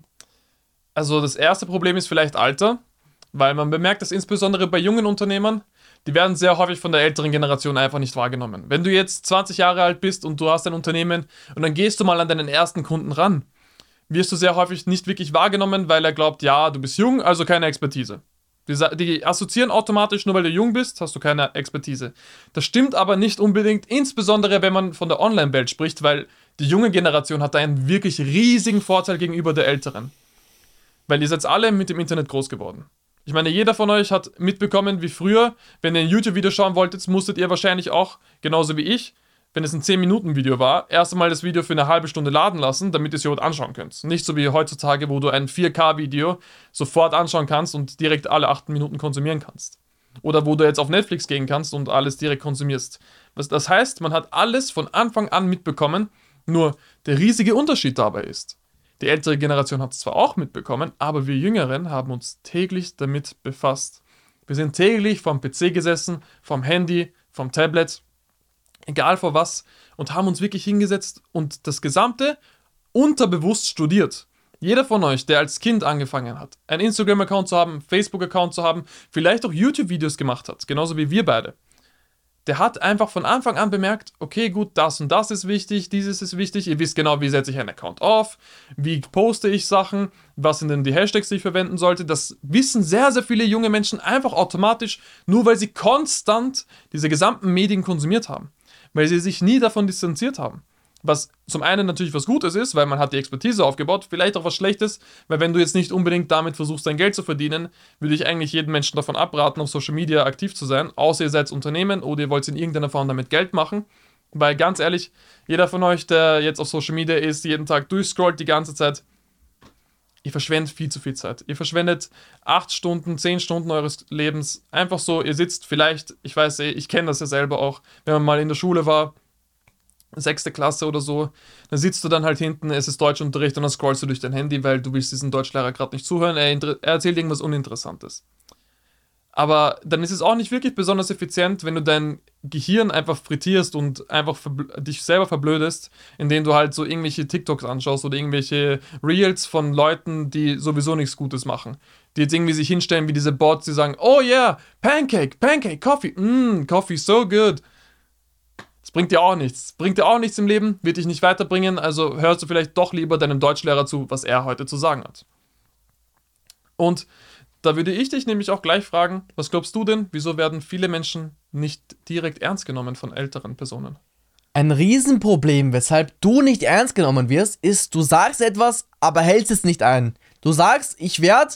Also das erste Problem ist vielleicht Alter, weil man bemerkt, dass insbesondere bei jungen Unternehmern, die werden sehr häufig von der älteren Generation einfach nicht wahrgenommen. Wenn du jetzt zwanzig Jahre alt bist und du hast ein Unternehmen und dann gehst du mal an deinen ersten Kunden ran, wirst du sehr häufig nicht wirklich wahrgenommen, weil er glaubt, ja, du bist jung, also keine Expertise. Die, die assoziieren automatisch, nur weil du jung bist, hast du keine Expertise. Das stimmt aber nicht unbedingt, insbesondere wenn man von der Online-Welt spricht, weil die junge Generation hat da einen wirklich riesigen Vorteil gegenüber der älteren. Weil ihr seid alle mit dem Internet groß geworden. Ich meine, jeder von euch hat mitbekommen, wie früher, wenn ihr ein YouTube-Video schauen wolltet, musstet ihr wahrscheinlich auch, genauso wie ich, wenn es ein zehn Minuten Video war, erst einmal das Video für eine halbe Stunde laden lassen, damit ihr es überhaupt anschauen könnt. Nicht so wie heutzutage, wo du ein vier K Video sofort anschauen kannst und direkt alle acht Minuten konsumieren kannst. Oder wo du jetzt auf Netflix gehen kannst und alles direkt konsumierst. Was das heißt, man hat alles von Anfang an mitbekommen, nur der riesige Unterschied dabei ist: Die ältere Generation hat es zwar auch mitbekommen, aber wir Jüngeren haben uns täglich damit befasst. Wir sind täglich vom P C gesessen, vom Handy, vom Tablet, egal vor was, und haben uns wirklich hingesetzt und das Gesamte unterbewusst studiert. Jeder von euch, der als Kind angefangen hat, einen Instagram-Account zu haben, einen Facebook-Account zu haben, vielleicht auch YouTube-Videos gemacht hat, genauso wie wir beide, der hat einfach von Anfang an bemerkt, okay, gut, das und das ist wichtig, dieses ist wichtig, ihr wisst genau, wie setze ich einen Account auf, wie poste ich Sachen, was sind denn die Hashtags, die ich verwenden sollte. Das wissen sehr, sehr viele junge Menschen einfach automatisch, nur weil sie konstant diese gesamten Medien konsumiert haben, weil sie sich nie davon distanziert haben. Was zum einen natürlich was Gutes ist, weil man hat die Expertise aufgebaut, vielleicht auch was Schlechtes, weil wenn du jetzt nicht unbedingt damit versuchst, dein Geld zu verdienen, würde ich eigentlich jedem Menschen davon abraten, auf Social Media aktiv zu sein, außer ihr seid Unternehmen oder ihr wollt in irgendeiner Form damit Geld machen, weil ganz ehrlich, jeder von euch, der jetzt auf Social Media ist, jeden Tag durchscrollt die ganze Zeit, ihr verschwendet viel zu viel Zeit. Ihr verschwendet acht Stunden, zehn Stunden eures Lebens einfach so, ihr sitzt vielleicht, ich weiß, ich kenne das ja selber auch, wenn man mal in der Schule war, sechste Klasse oder so, dann sitzt du dann halt hinten, es ist Deutschunterricht und dann scrollst du durch dein Handy, weil du willst diesen Deutschlehrer gerade nicht zuhören, er, er erzählt irgendwas Uninteressantes. Aber dann ist es auch nicht wirklich besonders effizient, wenn du dein Gehirn einfach frittierst und einfach dich selber verblödest, indem du halt so irgendwelche TikToks anschaust oder irgendwelche Reels von Leuten, die sowieso nichts Gutes machen. Die jetzt irgendwie sich hinstellen wie diese Bots, die sagen, oh yeah, Pancake, Pancake, Coffee, mmm, Coffee, so good. Das bringt dir auch nichts. Bringt dir auch nichts im Leben, wird dich nicht weiterbringen, also hörst du vielleicht doch lieber deinem Deutschlehrer zu, was er heute zu sagen hat. Und da würde ich dich nämlich auch gleich fragen, was glaubst du denn, wieso werden viele Menschen nicht direkt ernst genommen von älteren Personen. Ein Riesenproblem, weshalb du nicht ernst genommen wirst, ist, du sagst etwas, aber hältst es nicht ein. Du sagst, ich werde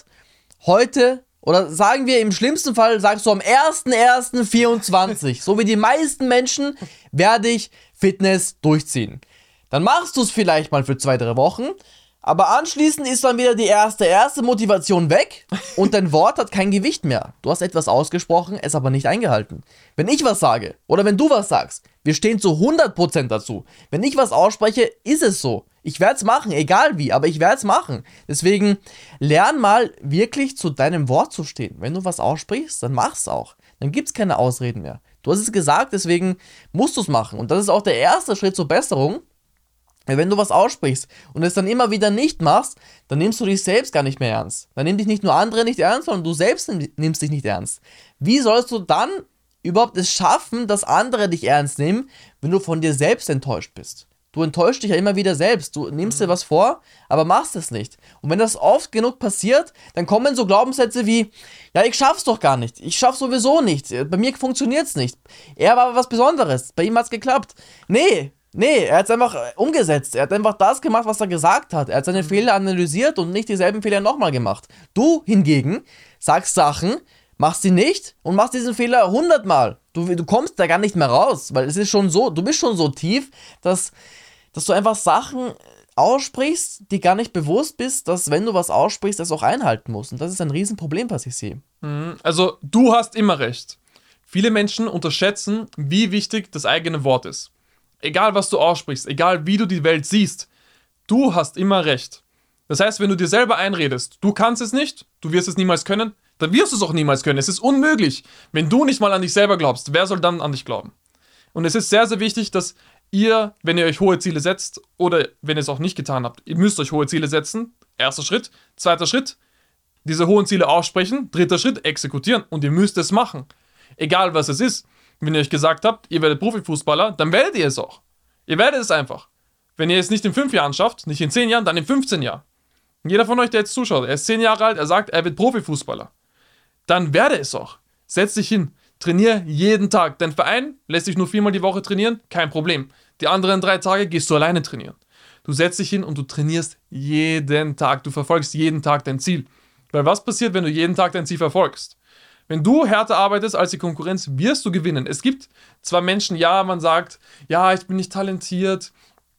heute, oder sagen wir im schlimmsten Fall, sagst du am erster erster vierundzwanzig, so wie die meisten Menschen, werde ich Fitness durchziehen. Dann machst du es vielleicht mal für zwei, drei Wochen, aber anschließend ist dann wieder die erste, erste Motivation weg und dein Wort hat kein Gewicht mehr. Du hast etwas ausgesprochen, es aber nicht eingehalten. Wenn ich was sage oder wenn du was sagst, wir stehen zu hundert Prozent dazu. Wenn ich was ausspreche, ist es so. Ich werde es machen, egal wie, aber ich werde es machen. Deswegen lern mal wirklich zu deinem Wort zu stehen. Wenn du was aussprichst, dann mach's auch. Dann gibt es keine Ausreden mehr. Du hast es gesagt, deswegen musst du es machen. Und das ist auch der erste Schritt zur Besserung. Wenn du was aussprichst und es dann immer wieder nicht machst, dann nimmst du dich selbst gar nicht mehr ernst. Dann nimm dich nicht nur andere nicht ernst, sondern du selbst nimmst dich nicht ernst. Wie sollst du dann überhaupt es schaffen, dass andere dich ernst nehmen, wenn du von dir selbst enttäuscht bist? Du enttäuschst dich ja immer wieder selbst. Du nimmst dir was vor, aber machst es nicht. Und wenn das oft genug passiert, dann kommen so Glaubenssätze wie, ja, ich schaff's doch gar nicht. Ich schaff's sowieso nicht. Bei mir funktioniert's nicht. Er war was Besonderes. Bei ihm hat's geklappt. Nee. Nee, er hat es einfach umgesetzt. Er hat einfach das gemacht, was er gesagt hat. Er hat seine Fehler analysiert und nicht dieselben Fehler nochmal gemacht. Du hingegen sagst Sachen, machst sie nicht und machst diesen Fehler hundertmal. Du, du kommst da gar nicht mehr raus, weil es ist schon so, du bist schon so tief, dass, dass du einfach Sachen aussprichst, die gar nicht bewusst bist, dass wenn du was aussprichst, das auch einhalten musst. Und das ist ein Riesenproblem, was ich sehe. Also, du hast immer recht. Viele Menschen unterschätzen, wie wichtig das eigene Wort ist. Egal, was du aussprichst, egal, wie du die Welt siehst, du hast immer recht. Das heißt, wenn du dir selber einredest, du kannst es nicht, du wirst es niemals können, dann wirst du es auch niemals können. Es ist unmöglich. Wenn du nicht mal an dich selber glaubst, wer soll dann an dich glauben? Und es ist sehr, sehr wichtig, dass ihr, wenn ihr euch hohe Ziele setzt, oder wenn ihr es auch nicht getan habt, ihr müsst euch hohe Ziele setzen. Erster Schritt. Zweiter Schritt, diese hohen Ziele aussprechen. Dritter Schritt, exekutieren. Und ihr müsst es machen. Egal, was es ist. Wenn ihr euch gesagt habt, ihr werdet Profifußballer, dann werdet ihr es auch. Ihr werdet es einfach. Wenn ihr es nicht in fünf Jahren schafft, nicht in zehn Jahren, dann in fünfzehn Jahren. Und jeder von euch, der jetzt zuschaut, er ist zehn Jahre alt, er sagt, er wird Profifußballer. Dann werde es auch. Setz dich hin, trainier jeden Tag. Dein Verein lässt dich nur viermal die Woche trainieren, kein Problem. Die anderen drei Tage gehst du alleine trainieren. Du setzt dich hin und du trainierst jeden Tag. Du verfolgst jeden Tag dein Ziel. Weil was passiert, wenn du jeden Tag dein Ziel verfolgst? Wenn du härter arbeitest als die Konkurrenz, wirst du gewinnen. Es gibt zwar Menschen, ja, man sagt, ja, ich bin nicht talentiert,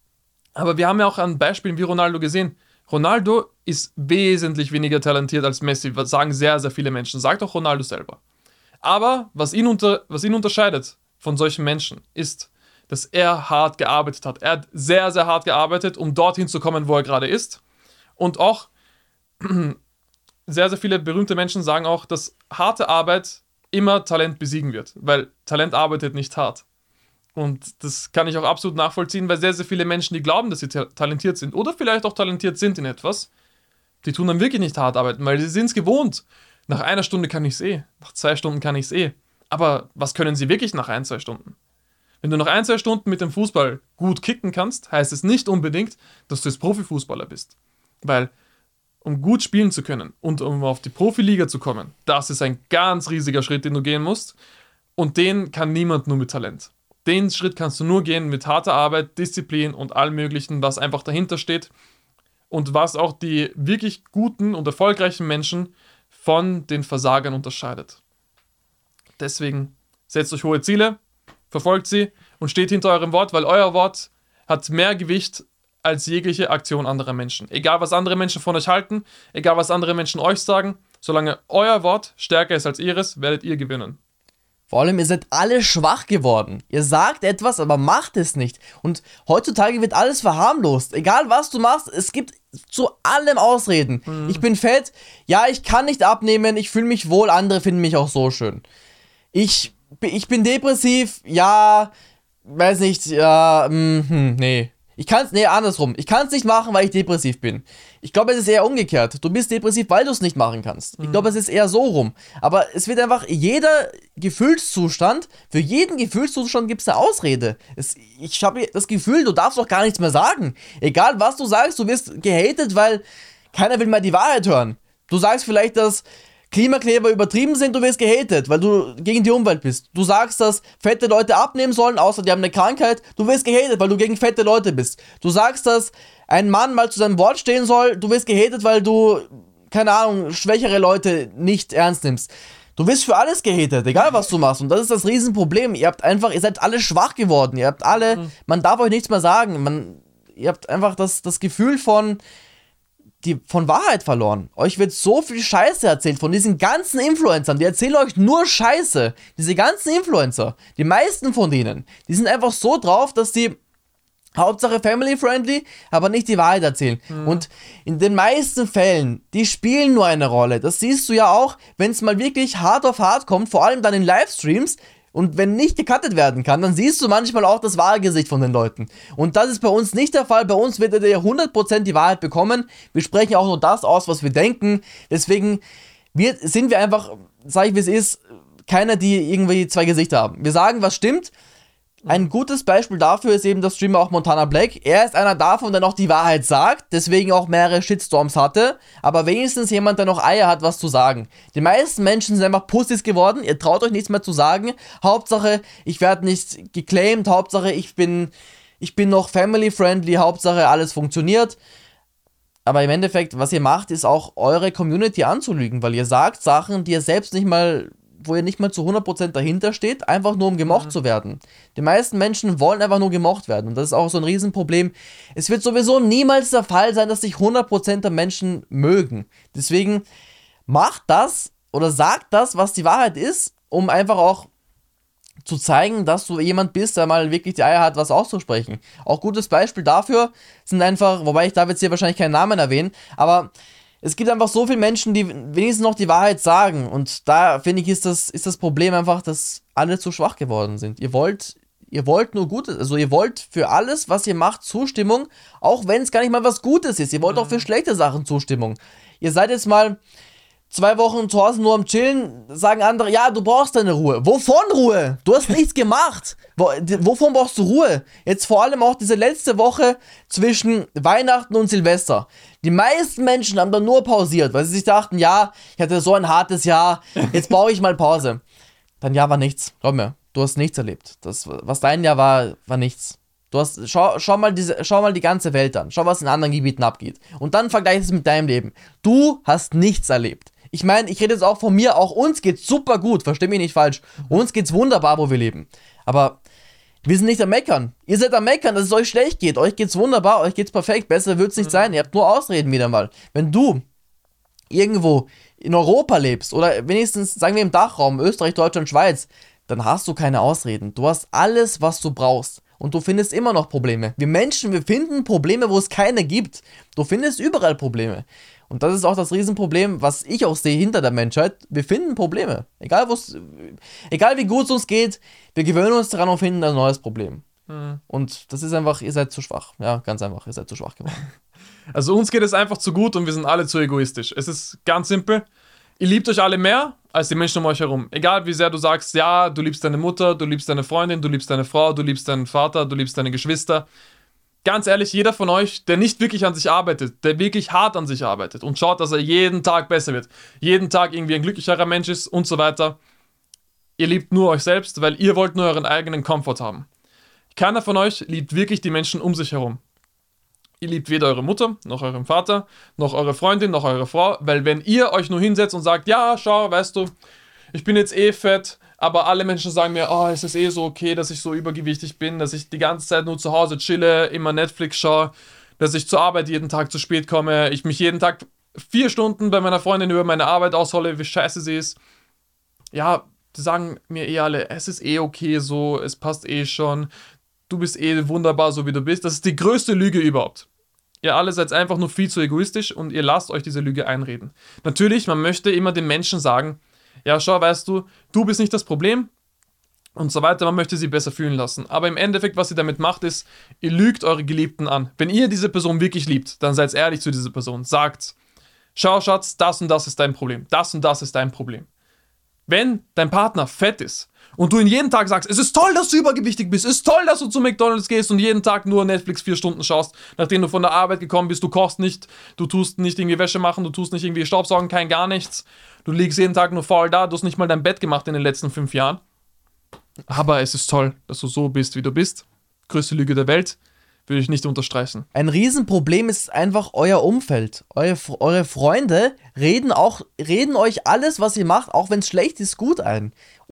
aber wir haben ja auch an Beispielen wie Ronaldo gesehen. Ronaldo ist wesentlich weniger talentiert als Messi, was sagen sehr, sehr viele Menschen. Sagt auch Ronaldo selber. Aber was ihn, unter, was ihn unterscheidet von solchen Menschen, ist, dass er hart gearbeitet hat. Er hat sehr, sehr hart gearbeitet, um dorthin zu kommen, wo er gerade ist. Und auch sehr, sehr viele berühmte Menschen sagen auch, dass harte Arbeit immer Talent besiegen wird, weil Talent arbeitet nicht hart. Und das kann ich auch absolut nachvollziehen, weil sehr, sehr viele Menschen, die glauben, dass sie ta- talentiert sind oder vielleicht auch talentiert sind in etwas, die tun dann wirklich nicht hart arbeiten, weil sie sind es gewohnt. Nach einer Stunde kann ich es eh, nach zwei Stunden kann ich es eh. Aber was können sie wirklich nach ein, zwei Stunden? Wenn du nach ein, zwei Stunden mit dem Fußball gut kicken kannst, heißt es nicht unbedingt, dass du jetzt Profifußballer bist. Weil um gut spielen zu können und um auf die Profiliga zu kommen, das ist ein ganz riesiger Schritt, den du gehen musst. Und den kann niemand nur mit Talent. Den Schritt kannst du nur gehen mit harter Arbeit, Disziplin und allem Möglichen, was einfach dahinter steht. Und was auch die wirklich guten und erfolgreichen Menschen von den Versagern unterscheidet. Deswegen setzt euch hohe Ziele, verfolgt sie und steht hinter eurem Wort, weil euer Wort hat mehr Gewicht als jegliche Aktion anderer Menschen. Egal, was andere Menschen von euch halten, egal, was andere Menschen euch sagen, solange euer Wort stärker ist als ihres, werdet ihr gewinnen. Vor allem, ihr seid alle schwach geworden. Ihr sagt etwas, aber macht es nicht. Und heutzutage wird alles verharmlost. Egal, was du machst, es gibt zu allem Ausreden. Mhm. Ich bin fett, ja, ich kann nicht abnehmen, ich fühle mich wohl, andere finden mich auch so schön. Ich, ich bin depressiv, ja, weiß nicht, ja, mh, hm, nee. Ich kann es, nee, andersrum. Ich kann es nicht machen, weil ich depressiv bin. Ich glaube, es ist eher umgekehrt. Du bist depressiv, weil du es nicht machen kannst. Ich glaube, es ist eher so rum. Aber es wird einfach, jeder Gefühlszustand, für jeden Gefühlszustand gibt es eine Ausrede. Es, ich habe das Gefühl, du darfst doch gar nichts mehr sagen. Egal, was du sagst, du wirst gehatet, weil keiner will mehr die Wahrheit hören. Du sagst vielleicht, dass, Klimakleber übertrieben sind, du wirst gehatet, weil du gegen die Umwelt bist. Du sagst, dass fette Leute abnehmen sollen, außer die haben eine Krankheit, du wirst gehatet, weil du gegen fette Leute bist. Du sagst, dass ein Mann mal zu seinem Wort stehen soll, du wirst gehatet, weil du, keine Ahnung, schwächere Leute nicht ernst nimmst. Du wirst für alles gehatet, egal was du machst. Und das ist das Riesenproblem. Ihr habt einfach, ihr seid alle schwach geworden. Ihr habt alle, mhm. man darf euch nichts mehr sagen. Man, ihr habt einfach das, das Gefühl von, die, von Wahrheit verloren. Euch wird so viel Scheiße erzählt von diesen ganzen Influencern. Die erzählen euch nur Scheiße. Diese ganzen Influencer, die meisten von denen, die sind einfach so drauf, dass die Hauptsache family-friendly, aber nicht die Wahrheit erzählen. Mhm. Und in den meisten Fällen, die spielen nur eine Rolle. Das siehst du ja auch, wenn es mal wirklich hart auf hart kommt, vor allem dann in Livestreams. Und wenn nicht gecuttet werden kann, dann siehst du manchmal auch das wahre Gesicht von den Leuten. Und das ist bei uns nicht der Fall. Bei uns wird ihr hundert Prozent die Wahrheit bekommen. Wir sprechen auch nur das aus, was wir denken. Deswegen wir, sind wir einfach, sag ich wie es ist, keiner, die irgendwie zwei Gesichter haben. Wir sagen, was stimmt. Ein gutes Beispiel dafür ist eben der Streamer auch Montana Black. Er ist einer davon, der noch die Wahrheit sagt, deswegen auch mehrere Shitstorms hatte, aber wenigstens jemand, der noch Eier hat, was zu sagen. Die meisten Menschen sind einfach Pussys geworden, ihr traut euch nichts mehr zu sagen. Hauptsache, ich werde nicht geclaimed, Hauptsache, ich bin, ich bin noch family-friendly, Hauptsache, alles funktioniert. Aber im Endeffekt, was ihr macht, ist auch eure Community anzulügen, weil ihr sagt Sachen, die ihr selbst nicht mal, wo ihr nicht mal zu hundert Prozent dahinter steht, einfach nur um gemocht mhm. zu werden. Die meisten Menschen wollen einfach nur gemocht werden und das ist auch so ein Riesenproblem. Es wird sowieso niemals der Fall sein, dass sich hundert Prozent der Menschen mögen. Deswegen macht das oder sagt das, was die Wahrheit ist, um einfach auch zu zeigen, dass du jemand bist, der mal wirklich die Eier hat, was auszusprechen. Auch gutes Beispiel dafür sind einfach, wobei ich darf jetzt hier wahrscheinlich keinen Namen erwähnen, aber es gibt einfach so viele Menschen, die wenigstens noch die Wahrheit sagen. Und da, finde ich, ist das, ist das Problem einfach, dass alle zu schwach geworden sind. Ihr wollt, ihr wollt nur Gutes, also ihr wollt für alles, was ihr macht, Zustimmung, auch wenn es gar nicht mal was Gutes ist. Ihr wollt mhm. auch für schlechte Sachen Zustimmung. Ihr seid jetzt mal zwei Wochen zu Hause nur am Chillen, sagen andere, ja, du brauchst deine Ruhe. Wovon Ruhe? Du hast nichts gemacht. Wo, wovon brauchst du Ruhe? Jetzt vor allem auch diese letzte Woche zwischen Weihnachten und Silvester. Die meisten Menschen haben da nur pausiert, weil sie sich dachten, ja, ich hatte so ein hartes Jahr, jetzt brauche ich mal Pause. Dein Jahr war nichts, glaub mir, du hast nichts erlebt. Das, was dein Jahr war, war nichts. Du hast, schau, schau, mal diese, schau mal die ganze Welt an, schau, was in anderen Gebieten abgeht. Und dann vergleich es mit deinem Leben. Du hast nichts erlebt. Ich meine, ich rede jetzt auch von mir, auch uns geht's super gut, versteh mich nicht falsch. Uns geht's wunderbar, wo wir leben. Aber wir sind nicht am Meckern. Ihr seid am Meckern, dass es euch schlecht geht. Euch geht's wunderbar, euch geht's perfekt. Besser wird's nicht sein. Ihr habt nur Ausreden wieder mal. Wenn du irgendwo in Europa lebst oder wenigstens, sagen wir im Dachraum, Österreich, Deutschland, Schweiz, dann hast du keine Ausreden. Du hast alles, was du brauchst. Und du findest immer noch Probleme. Wir Menschen, wir finden Probleme, wo es keine gibt. Du findest überall Probleme. Und das ist auch das Riesenproblem, was ich auch sehe hinter der Menschheit. Wir finden Probleme. Egal, egal wie gut es uns geht, wir gewöhnen uns daran und finden ein neues Problem. Mhm. Und das ist einfach, ihr seid zu schwach. Ja, ganz einfach, ihr seid zu schwach geworden. Also uns geht es einfach zu gut und wir sind alle zu egoistisch. Es ist ganz simpel. Ihr liebt euch alle mehr als die Menschen um euch herum. Egal wie sehr du sagst, ja, du liebst deine Mutter, du liebst deine Freundin, du liebst deine Frau, du liebst deinen Vater, du liebst deine Geschwister. Ganz ehrlich, jeder von euch, der nicht wirklich an sich arbeitet, der wirklich hart an sich arbeitet und schaut, dass er jeden Tag besser wird, jeden Tag irgendwie ein glücklicherer Mensch ist und so weiter. Ihr liebt nur euch selbst, weil ihr wollt nur euren eigenen Komfort haben. Keiner von euch liebt wirklich die Menschen um sich herum. Ihr liebt weder eure Mutter, noch euren Vater, noch eure Freundin, noch eure Frau, weil wenn ihr euch nur hinsetzt und sagt, ja, schau, weißt du, ich bin jetzt eh fett, aber alle Menschen sagen mir, oh, es ist eh so okay, dass ich so übergewichtig bin, dass ich die ganze Zeit nur zu Hause chille, immer Netflix schaue, dass ich zur Arbeit jeden Tag zu spät komme, ich mich jeden Tag vier Stunden bei meiner Freundin über meine Arbeit aushole, wie scheiße sie ist. Ja, die sagen mir eh alle, es ist eh okay so, es passt eh schon, du bist eh wunderbar, so wie du bist. Das ist die größte Lüge überhaupt. Ihr alle seid einfach nur viel zu egoistisch und ihr lasst euch diese Lüge einreden. Natürlich, man möchte immer den Menschen sagen, ja, schau, weißt du, du bist nicht das Problem und so weiter, man möchte sie besser fühlen lassen. Aber im Endeffekt, was ihr damit macht, ist, ihr lügt eure Geliebten an. Wenn ihr diese Person wirklich liebt, dann seid ehrlich zu dieser Person. Sagt, schau, Schatz, das und das ist dein Problem. Das und das ist dein Problem. Wenn dein Partner fett ist und du ihn jeden Tag sagst, es ist toll, dass du übergewichtig bist, es ist toll, dass du zu McDonald's gehst und jeden Tag nur Netflix vier Stunden schaust, nachdem du von der Arbeit gekommen bist, du kochst nicht, du tust nicht irgendwie Wäsche machen, du tust nicht irgendwie Staubsaugen, kein gar nichts, du liegst jeden Tag nur faul da, du hast nicht mal dein Bett gemacht in den letzten fünf Jahren. Aber es ist toll, dass du so bist, wie du bist. Größte Lüge der Welt. Würde ich nicht unterstreichen. Ein Riesenproblem ist einfach euer Umfeld. Eure, eure Freunde reden auch, reden euch alles, was ihr macht, auch wenn es schlecht ist, gut ein.